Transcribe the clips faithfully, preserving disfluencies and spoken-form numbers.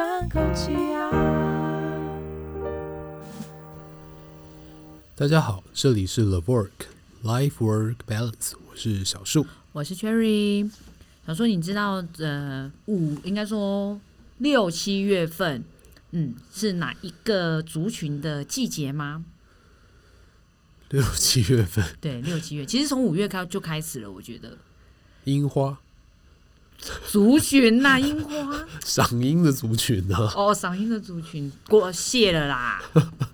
喘口气啊。 大家好，这里是 The Work Life Work Balance， 我是小树， 我是 Cherry。小树，你知道呃五应该说六七月份，嗯，是哪一个族群的季节吗？ 六七月份， 对，六七月，其实从五月开就开始了，我觉得。 樱花， 族群呐、啊，樱花， 赏樱的族群啊。 哦，赏樱的族群过谢了啦。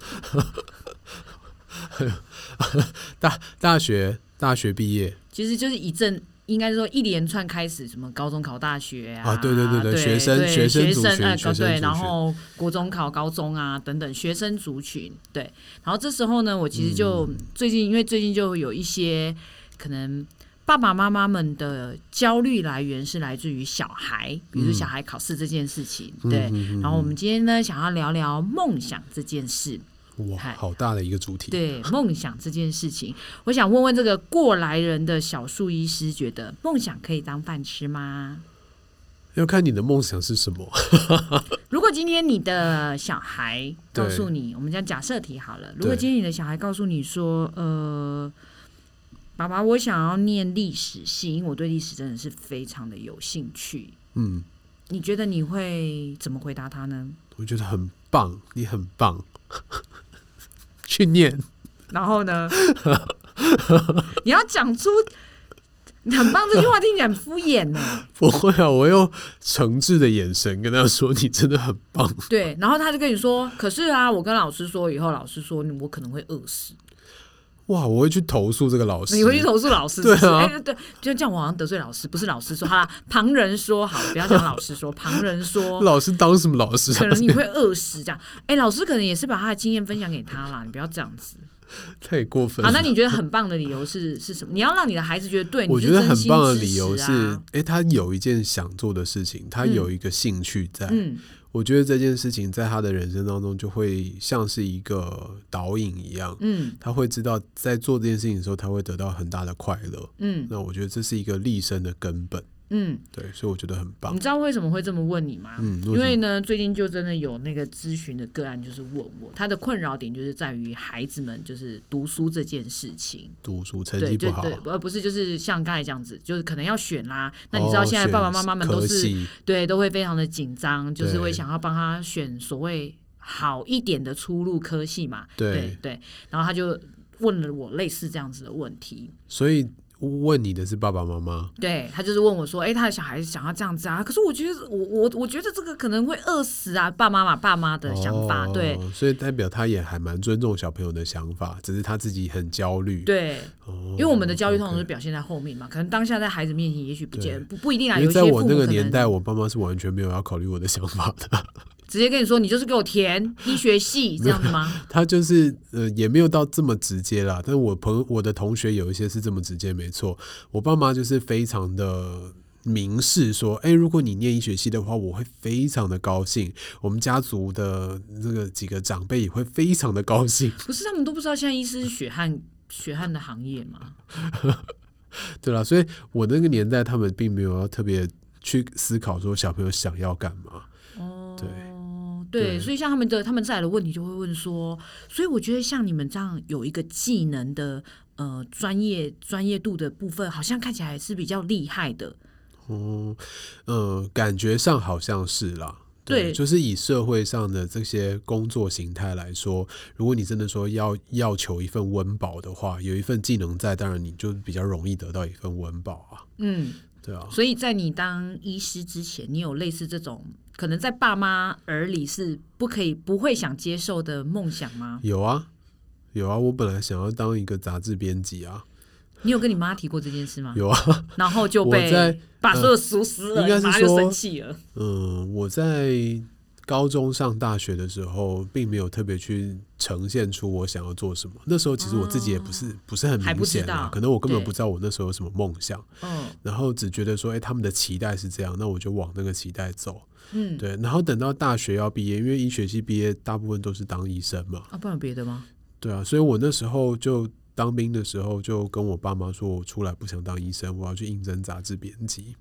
大大学大学毕业， 其实就是一阵，应该说一连串开始，什么高中考大学啊， 啊对对对对对， 学生对学生族群学生呃学生族群对，然后国中考高中啊等等学生族群，对。然后这时候呢，我其实就、嗯、最近，因为最近就有一些可能爸爸妈妈们的焦虑来源是来自于小孩，比如说小孩考试这件事情，嗯、对、嗯。然后我们今天呢，想要聊聊梦想这件事。 哇，好大的一个主题！ 对，梦想这件事情，我想问问这个过来人的小树医师，觉得梦想可以当饭吃吗？ 要看你的梦想是什么。 如果今天你的小孩告诉你，我们讲假设题好了，如果今天你的小孩告诉你说，呃，爸爸，我想要念历史系，因为我对历史真的是非常的有兴趣。嗯，你觉得你会怎么回答他呢？ 我觉得很棒，你很棒。去念， 然后呢？你要讲出很棒这句话，听起来很敷衍呢。 不会啊，我用诚挚的眼神跟他说：“你真的很棒。” 对，然后他就跟你说：“可是啊，我跟老师说以后，老师说我可能会饿死。” 哇！我会去投诉这个老师。 你会去投诉老师是不是？对啊，欸、对，就这样，我好像得罪老师，不是老师说好啦，旁人说好，不要讲老师说，旁人说， 老师当什么老师、啊？ 可能你会饿死这样。哎、欸，老师可能也是把他的经验分享给他啦，你不要这样子， 太过分了。 好，那你觉得很棒的理由是是什么？你要让你的孩子觉得对， 我觉得很棒的理由是， 哎、 欸，他有一件想做的事情，他有一个兴趣在。嗯。嗯我觉得这件事情在他的人生当中就会像是一个导引一样，嗯，他会知道在做这件事情的时候，他会得到很大的快乐，嗯，那我觉得这是一个立身的根本，嗯，对，所以我觉得很棒。 你知道为什么会这么问你吗？嗯，因为呢，最近就真的有那个咨询的个案，就是问我，他的困扰点就是在于孩子们就是读书这件事情， 读书成绩不好， 对对，而不是就是像刚才这样子，就是可能要选啦。那你知道现在爸爸妈妈们都是、哦、对都会非常的紧张，就是会想要帮他选所谓好一点的出路科系嘛，对 对, 对。然后他就问了我类似这样子的问题， 所以。问你的是爸爸妈妈， 对，他就是问我说：“哎、欸，他的小孩想要这样子啊，可是我觉得我我我觉得这个可能会饿死啊。”爸妈妈爸妈的想法，哦、对， 所以代表他也还蛮尊重小朋友的想法，只是他自己很焦虑。 对，哦、因为我们的焦虑通常是表现在后面嘛， okay. 可能当下在孩子面前也许不见不不一定啊。因为在我那个年代，我爸妈是完全没有要考虑我的想法的。 直接跟你说，你就是给我填医学系这样子吗？ 他就是呃，也没有到这么直接啦。但是我朋友、我的同学有一些是这么直接，没错。我爸妈就是非常的明示说，哎、欸，如果你念医学系的话，我会非常的高兴。我们家族的这个几个长辈也会非常的高兴。 不是他们都不知道现在医师是血汗血汗的行业吗？ 对啦，所以我那个年代，他们并没有要特别去思考说小朋友想要干嘛。哦，对。 对，所以像他们的他们再来的问题就会问说，所以我觉得像你们这样有一个技能的呃专业专业度的部分，好像看起来是比较厉害的。 哦，呃，感觉上好像是啦。对， 对， 就是以社会上的这些工作形态来说，如果你真的说要要求一份温饱的话，有一份技能在，当然你就比较容易得到一份温饱啊。嗯，对啊。 所以在你当医师之前，你有类似这种可能在爸妈耳里是不可以不会想接受的梦想吗？ 有啊，有啊，我本来想要当一个杂志编辑啊。 你有跟你妈提过这件事吗？ 有啊， 然后就被把所有熟死了， 呃、 你妈就生气了。 嗯，我在高中上大学的时候，并没有特别去呈现出我想要做什么。那时候其实我自己也不是、哦、不是很明显啊，可能我根本不知道我那时候有什么梦想。嗯，然后只觉得说，哎、欸，他们的期待是这样，那我就往那个期待走。嗯，对。然后等到大学要毕业，因为医学系毕业大部分都是当医生嘛。 啊，不然有别的吗？ 对啊，所以我那时候就当兵的时候，就跟我爸妈说，我出来不想当医生，我要去应征杂志编辑。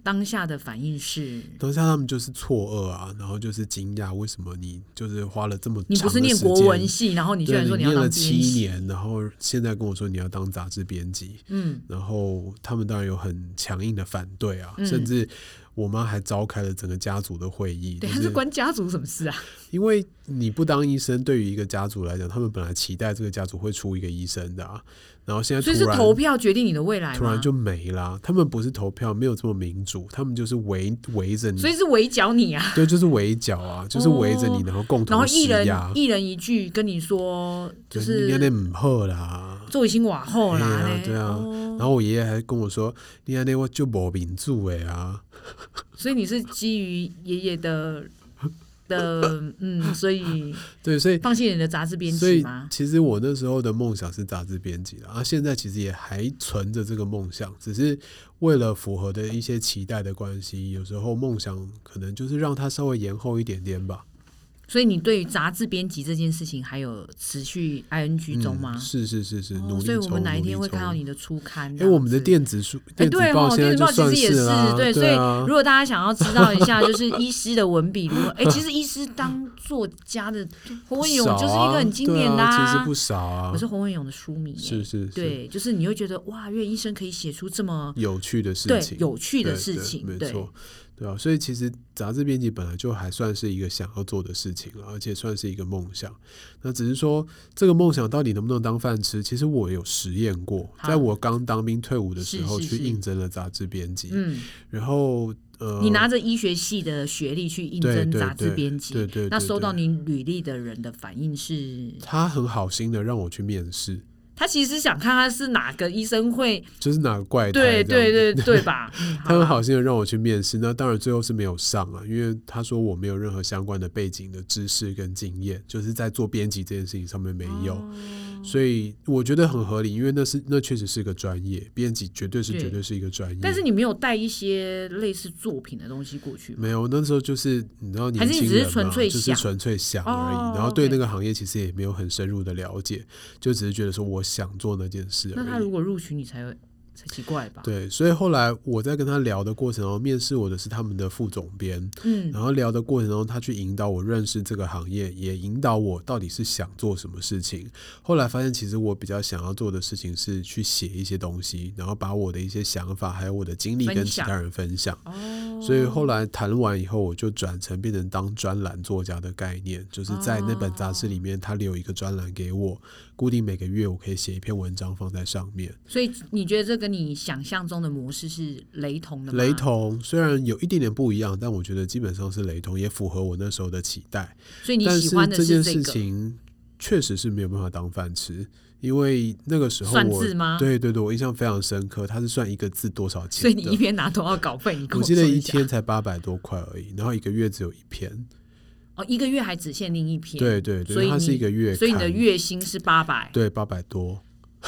当下的反应是， 当下他们就是错愕啊，然后就是惊讶，为什么你就是花了这么长的时间， 你不是念国文系，然后你居然说你要当编辑， 你念了七年，然后现在跟我说你要当杂志编辑，嗯，然后他们当然有很强硬的反对啊，嗯、甚至我妈还召开了整个家族的会议。 对，他是关家族什么事啊？ 因为你不当医生，对于一个家族来讲，他们本来期待这个家族会出一个医生的啊。然后现在突然， 所以是投票决定你的未来吗？ 突然就没啦。他们不是投票，没有这么民主，他们就是围围着你， 所以是围剿你啊。 对，就是围剿啊，就是围着你，然后共同施压。 然后一人一人一句跟你说，就是你那不好啦， 做一心瓦后啦， 啊对啊。哦、然后我爷爷还跟我说，你那我就没民主的啊。 所以你是基于爷爷的。的嗯，所以对，所以放弃你的杂志编辑吗？ 其实我那时候的梦想是杂志编辑啦，啊，现在其实也还存着这个梦想，只是为了符合的一些期待的关系，有时候梦想可能就是让它稍微延后一点点吧。 所以你对于杂志编辑这件事情还有持续 I N G 中吗？ 嗯、是是是是、哦，努力中。 所以我们哪一天会看到你的初刊？ 哎、欸，我们的电子书、电子报现在就算是啦。 对， 对啊，所以如果大家想要知道一下，就是医师的文笔如何？哎、欸，其实医师当作家的侯文咏就是一个很经典的、啊啊，其实不少啊。 我是侯文咏的书迷， 是是是， 对，就是你会觉得哇，因为医生可以写出这么有趣的事情， 对，有趣的事情， 对对没错。对啊，所以其实杂志编辑本来就还算是一个想要做的事情了，而且算是一个梦想。那只是说这个梦想到底能不能当饭吃，其实我有实验过，在我刚当兵退伍的时候去应征了杂志编辑。嗯，然后呃， 你拿着医学系的学历去应征杂志编辑， 对对 对, 对, 对, 对， 那收到你履历的人的反应是？ 他很好心的让我去面试。 他其实想看他是哪个医生会， 就是哪个怪胎， 对对对对吧？ 他很好心的让我去面试，那当然最后是没有上啊，因为他说我没有任何相关的背景的知识跟经验，就是在做编辑这件事情上面没有，哦、所以我觉得很合理，因为那是那确实是个专业，编辑绝对是绝对是一个专业。 但是你没有带一些类似作品的东西过去吗？ 没有，那时候就是你知道年轻人嘛， 纯粹就是纯粹想而已，哦、然后对那个行业其实也没有很深入的了解，就只是觉得说我想做那件事而已。 那他如果录取你才才奇怪吧？ 对，所以后来我在跟他聊的过程中，面试我的是他们的副总编，嗯，然后聊的过程中，他去引导我认识这个行业，也引导我到底是想做什么事情。后来发现，其实我比较想要做的事情是去写一些东西，然后把我的一些想法还有我的经历跟其他人分享。哦，所以后来谈完以后，我就转成变成当专栏作家的概念，就是在那本杂志里面，他留一个专栏给我，固定每个月我可以写一篇文章放在上面。 所以你觉得这跟你想象中的模式是雷同的吗？ 雷同，虽然有一点点不一样，但我觉得基本上是雷同，也符合我那时候的期待。 所以你喜欢的是、这个、但是这件事情确实是没有办法当饭吃，因为那个时候我算字吗？ 对对对，我印象非常深刻，它是算一个字多少钱的， 所以你一篇拿多少稿费？你跟我记得一天才八百多块而已，然后一个月只有一篇。 哦，一个月还只限定一篇， 对对对，所以它是一个月， 所以你的月薪是八百， 对，八百多。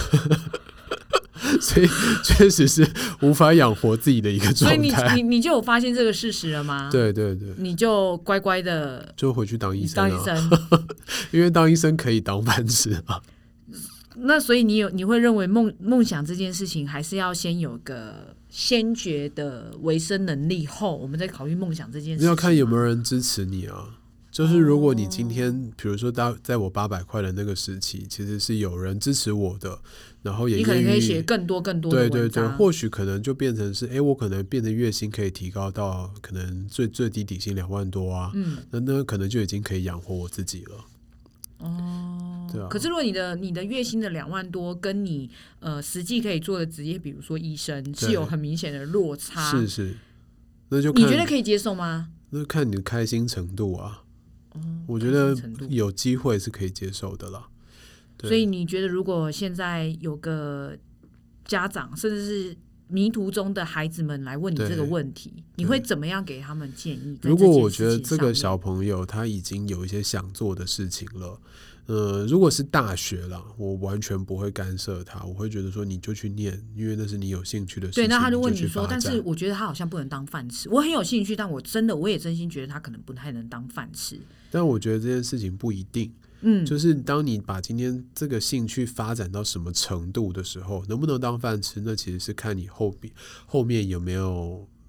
所以确实是无法养活自己的一个状态。 所以你你你就有发现这个事实了吗？ 对对对， 你就乖乖的就回去当医生、啊， 当医生， 因为当医生可以当饭吃啊。 那所以你有你会认为梦梦想这件事情，还是要先有个先决的维生能力后，我们再考虑梦想这件事情。 你要看有没有人支持你啊。就是如果你今天比如说在我八百块的那个时期，其实是有人支持我的，然后也你可能可以写更多更多的文章， 对对对，或许可能就变成是，哎，我可能变得月薪可以提高到可能最最低底薪两万多啊，嗯，那那可能就已经可以养活我自己了。 哦， 对啊。 可是如果你的你的月薪的两万多，跟你呃实际可以做的职业，比如说医生，是有很明显的落差， 是是，那就看你觉得可以接受吗？ 那看你的开心程度啊。我觉得有机会是可以接受的啦。 所以你觉得如果现在有个家长甚至是迷途中的孩子们来问你这个问题，你会怎么样给他们建议？ 如果我觉得这个小朋友他已经有一些想做的事情了，呃，如果是大学啦，我完全不会干涉他，我会觉得说你就去念，因为那是你有兴趣的事情。 对，那他就问你说，但是我觉得他好像不能当饭吃。我很有兴趣，但我真的我也真心觉得他可能不太能当饭吃。 但我觉得这件事情不一定。嗯，就是当你把今天这个兴趣发展到什么程度的时候，能不能当饭吃，那其实是看你后后面有没有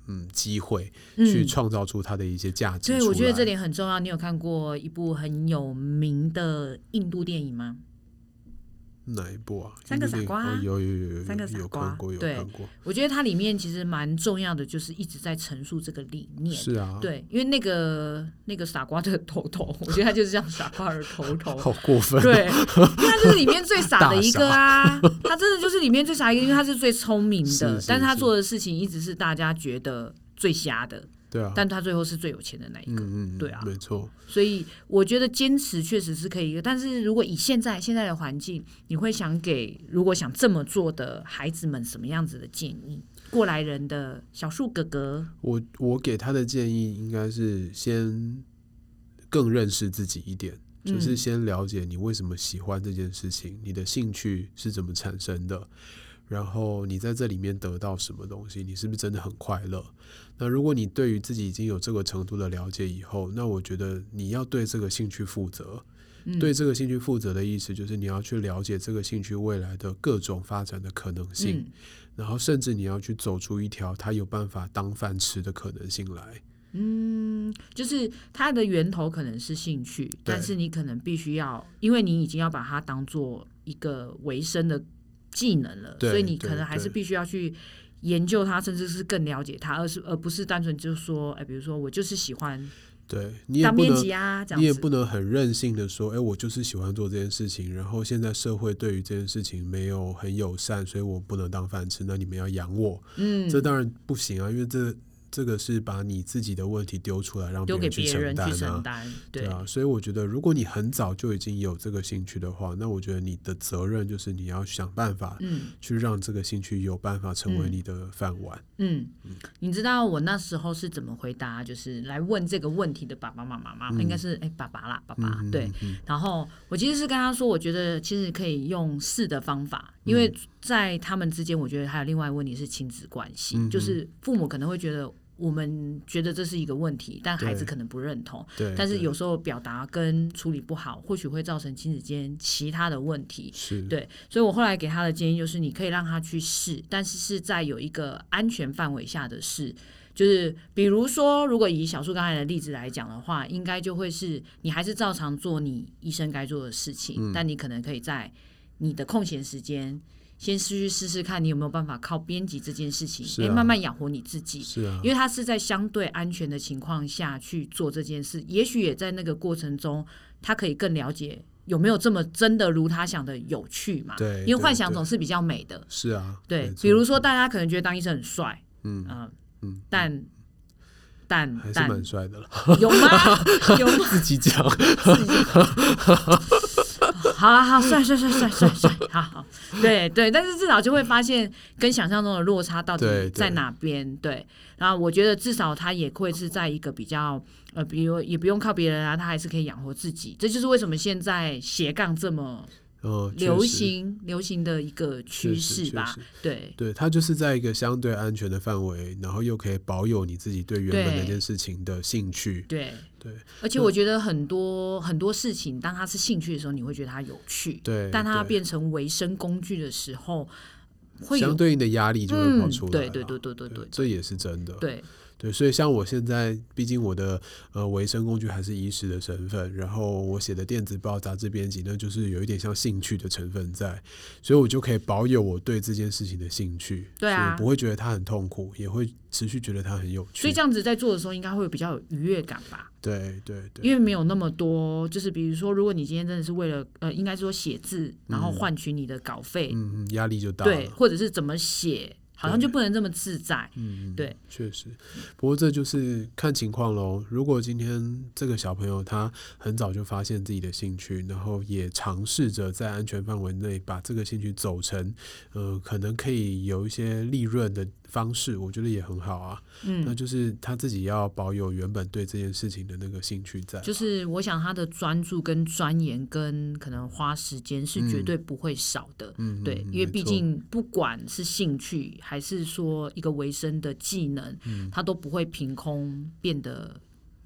嗯机会，去创造出他的一些价值出来。 对，我觉得这点很重要。你有看过一部很有名的印度电影吗？ 哪一部啊？ 三个傻瓜、 哦、有有有有三个傻瓜， 有看过有看过。 我觉得它里面其实蛮重要的，就是一直在陈述这个理念。 是啊， 对，因为那个那个傻瓜的头头，我觉得他就是像傻瓜的头头， 好过分、啊。 对，因为他就是里面最傻的一个啊，他真的就是里面最傻的一个，因为他是最聪明的，是是是，但是他做的事情一直是大家觉得最瞎的。 对啊， 但他最后是最有钱的那一个， 嗯嗯， 对啊， 没错。 所以我觉得坚持确实是可以，但是如果以现在现在的环境，你会想给如果想这么做的孩子们什么样子的建议？过来人的小树哥哥， 我我给他的建议应该是先更认识自己一点，就是先了解你为什么喜欢这件事情，你的兴趣是怎么产生的。然后你在这里面得到什么东西，你是不是真的很快乐？那如果你对于自己已经有这个程度的了解以后，那我觉得你要对这个兴趣负责。嗯、对这个兴趣负责的意思就是你要去了解这个兴趣未来的各种发展的可能性、嗯、然后甚至你要去走出一条它有办法当饭吃的可能性来。 嗯，就是它的源头可能是兴趣，但是你可能必须要，因为你已经要把它当做一个维生的技能了，所以你可能还是必须要去研究它，甚至是更了解它，而是而不是单纯就说，哎，比如说我就是喜欢对你也不能当编辑啊，这样子你也不能很任性的说，哎，我就是喜欢做这件事情，然后现在社会对于这件事情没有很友善，所以我不能当饭吃，那你们要养我，嗯，这当然不行啊，因为这。这个是把你自己的问题丢出来让别人去承担、啊、 去承担 对, 对啊，所以我觉得如果你很早就已经有这个兴趣的话，那我觉得你的责任就是你要想办法去让这个兴趣有办法成为你的饭碗。嗯， 嗯你知道我那时候是怎么回答就是来问这个问题的爸爸妈妈、嗯、应该是哎爸爸啦爸爸、嗯、对、嗯、然后我其实是跟他说我觉得其实可以用试的方法，因为在他们之间我觉得还有另外一个问题是亲子关系、嗯、就是父母可能会觉得我们觉得这是一个问题，但孩子可能不认同，但是有时候表达跟处理不好或许会造成亲子间其他的问题， 是对，所以我后来给他的建议就是你可以让他去试，但是是在有一个安全范围下的试，就是比如说如果以小树刚才的例子来讲的话，应该就会是你还是照常做你医生该做的事情、嗯、但你可能可以在你的空闲时间先去试试看你有没有办法靠编辑这件事情、啊欸、慢慢养活你自己， 是啊， 因为他是在相对安全的情况下去做这件事，也许也在那个过程中他可以更了解有没有这么真的如他想的有趣嘛， 对， 因为幻想总是比较美的， 是啊， 对，比如说大家可能觉得当医生很帅，嗯、呃、嗯，但但还是蛮帅的了， 有吗？有吗？ 自己讲， 自己讲好好好，帅帅帅帅帅帅，好好，对对，但是至少就会发现跟想象中的落差到底在哪边，对, 对，然后我觉得至少他也会是在一个比较呃，比如也不用靠别人啊，他还是可以养活自己，这就是为什么现在斜杠这么哦， 流行流行的一个趋势吧，对对，它就是在一个相对安全的范围，然后又可以保有你自己对原本那件事情的兴趣， 对对， 而且我觉得很多很多事情，当它是兴趣的时候，你会觉得它有趣， 对， 但它变成维生工具的时候，会有相对应的压力就会跑出来、嗯， 对对对对对 对, 对， 这也是真的， 对。 对，所以像我现在，毕竟我的呃维生工具还是医师的身份，然后我写的电子报、杂志编辑，那就是有一点像兴趣的成分在，所以我就可以保有我对这件事情的兴趣， 对啊， 所以不会觉得它很痛苦，也会持续觉得它很有趣。 所以这样子在做的时候，应该会比较有愉悦感吧？ 对对对， 因为没有那么多，就是比如说，如果你今天真的是为了呃，应该说写字，然后换取你的稿费， 嗯嗯，压力就大了， 对，或者是怎么写。好像就不能这么自在，嗯，对， 确实。不过这就是看情况咯。如果今天这个小朋友他很早就发现自己的兴趣，然后也尝试着在安全范围内把这个兴趣走成，呃，可能可以有一些利润的方式，我觉得也很好啊。嗯，那就是他自己要保有原本对这件事情的那个兴趣在。 就是我想他的专注跟钻研跟可能花时间是绝对不会少的，嗯，对，嗯、因为毕竟不管是兴趣还是说一个维生的技能，嗯、它都不会凭空变得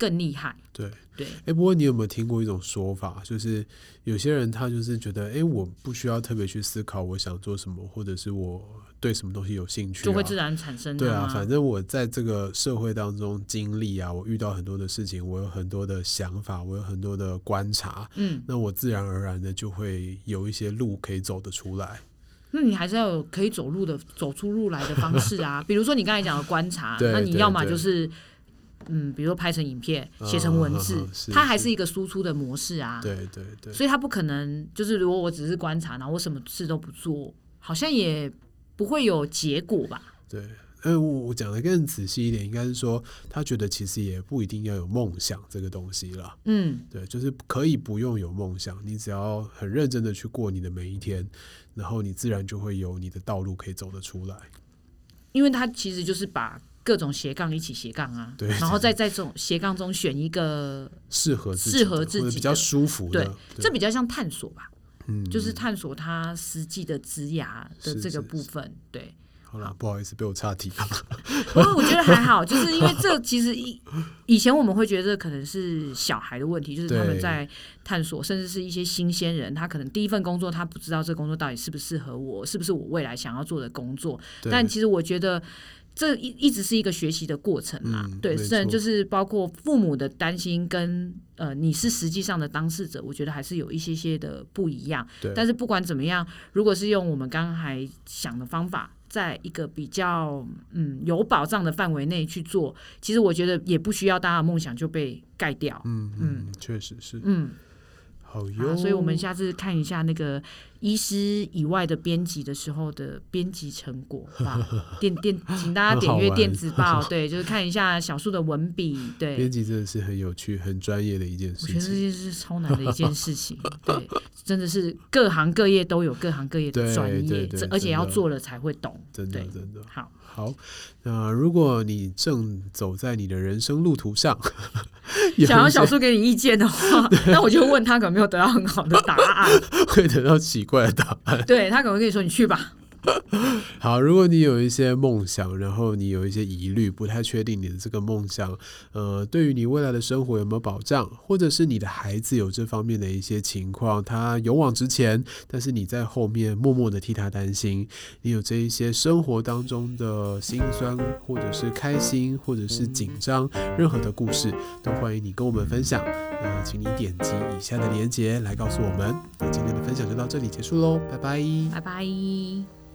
更厉害。 对对， 哎、欸，不过你有没有听过一种说法，就是有些人他就是觉得，哎、欸，我不需要特别去思考我想做什么，或者是我对什么东西有兴趣、啊， 就会自然产生。 对啊，反正我在这个社会当中经历啊，我遇到很多的事情，我有很多的想法，我有很多的观察，嗯，那我自然而然的就会有一些路可以走得出来。 那你还是要有可以走路的、走出路来的方式啊，比如说你刚才讲的观察，那你要么就是。嗯，比如说拍成影片、写成文字，嗯嗯嗯、它还是一个输出的模式啊。 对对对， 所以它不可能就是如果我只是观察，然后我什么事都不做，好像也不会有结果吧？ 对，呃，我讲的更仔细一点，应该是说，他觉得其实也不一定要有梦想这个东西了。嗯，对，就是可以不用有梦想，你只要很认真的去过你的每一天，然后你自然就会有你的道路可以走得出来。 因为它其实就是把各种斜杠一起斜杠啊，对，然后再在这种斜杠中选一个适合自己的、 适合自己的比较舒服的， 对， 对，这比较像探索吧，嗯，就是探索它实际的职涯的这个部分，是是是对。 好啦，不好意思，被我岔题了。 不过我觉得还好，就是因为这其实以以前我们会觉得这可能是小孩的问题，就是他们在探索，甚至是一些新鲜人，他可能第一份工作他不知道这工作到底适不适合我，是不是我未来想要做的工作。但其实我觉得这一一直是一个学习的过程啦，嗯、对，虽然就是包括父母的担心跟呃你是实际上的当事者，我觉得还是有一些些的不一样。但是不管怎么样，如果是用我们刚才想的方法，在一个比较嗯有保障的范围内去做，其实我觉得也不需要大家的梦想就被盖掉。 嗯嗯，确实是。 嗯， 好哟、 啊。所以我们下次看一下那个医师以外的编辑的时候的编辑成果吧。电电，请大家点阅电子报，对，就是看一下小树的文笔。对， 编辑真的是很有趣、很专业的一件事情。 我觉得这件事超难的一件事情。对，真的是各行各业都有各行各业的专业，而且要做了才会懂。 真的真的好。 好，那如果你正走在你的人生路途上， 想要小树给你意见的话，那我就问他有没有得到很好的答案， 会得到奇怪的答案。 对，他可能会跟你说你去吧。 好，如果你有一些梦想，然后你有一些疑虑，不太确定你的这个梦想呃，对于你未来的生活有没有保障，或者是你的孩子有这方面的一些情况，他勇往直前，但是你在后面默默的替他担心，你有这一些生活当中的辛酸，或者是开心，或者是紧张，任何的故事都欢迎你跟我们分享。那请你点击以下的连结来告诉我们。那今天的分享就到这里结束咯，拜拜， 拜拜。